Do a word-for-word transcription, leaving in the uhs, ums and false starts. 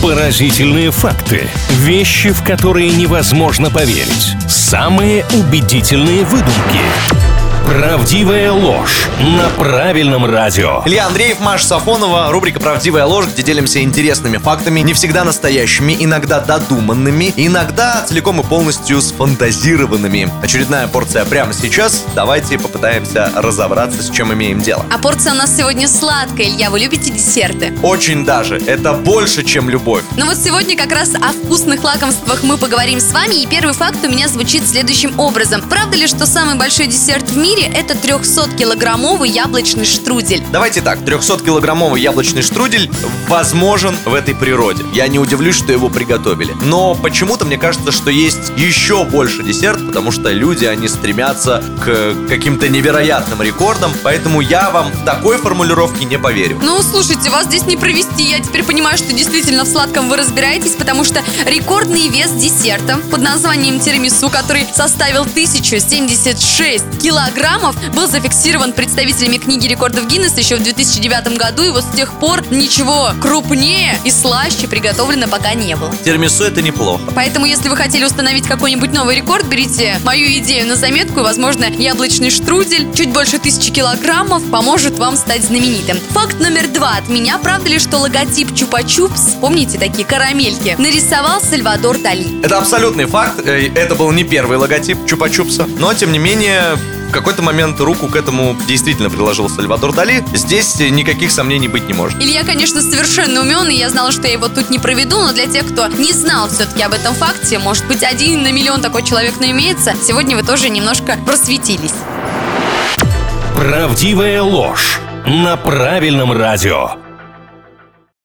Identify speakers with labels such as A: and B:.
A: Поразительные факты. Вещи, в которые невозможно поверить. Самые убедительные выдумки. Правдивая ложь на правильном радио.
B: Илья Андреев, Маша Сафонова. Рубрика «Правдивая ложь», где делимся интересными фактами, не всегда настоящими, иногда додуманными, иногда целиком и полностью сфантазированными. Очередная порция прямо сейчас. Давайте попытаемся разобраться, с чем имеем дело.
C: А порция у нас сегодня сладкая. Илья, вы любите десерты?
B: Очень даже. Это больше, чем любовь.
C: Ну вот сегодня как раз о вкусных лакомствах мы поговорим с вами. И первый факт у меня звучит следующим образом. Правда ли, что самый большой десерт в мире – это трехсоткилограммовый яблочный штрудель?
B: Давайте так, трехсоткилограммовый яблочный штрудель возможен в этой природе. Я не удивлюсь, что его приготовили. Но почему-то мне кажется, что есть еще больше десерт, потому что люди, они стремятся к каким-то невероятным рекордам. Поэтому я вам в такой формулировке не поверю.
C: Ну, слушайте, вас здесь не провести. Я теперь понимаю, что действительно в сладком вы разбираетесь, потому что рекордный вес десерта под названием тирамису, который составил тысячу семьдесят шесть килограммов, был зафиксирован представителями книги рекордов Гиннесса еще в две тысячи девятом году, и вот с тех пор ничего крупнее и слаще приготовлено пока не было.
B: Тирамису — это неплохо.
C: Поэтому, если вы хотели установить какой-нибудь новый рекорд, берите мою идею на заметку, и, возможно, яблочный штрудель чуть больше тысячи килограммов поможет вам стать знаменитым. Факт номер два от меня. Правда ли, что логотип Чупа-Чупс, помните, такие карамельки, нарисовал Сальвадор Дали?
B: Это абсолютный факт. Это был не первый логотип Чупа-Чупса, но, тем не менее, в какой-то момент руку к этому действительно приложил Сальвадор Дали. Здесь никаких сомнений быть не может.
C: Илья, конечно, совершенно умен, и я знала, что я его тут не проведу, но для тех, кто не знал все-таки об этом факте, может быть, один на миллион такой человек, но имеется, сегодня вы тоже немножко просветились.
A: Правдивая ложь на правильном радио.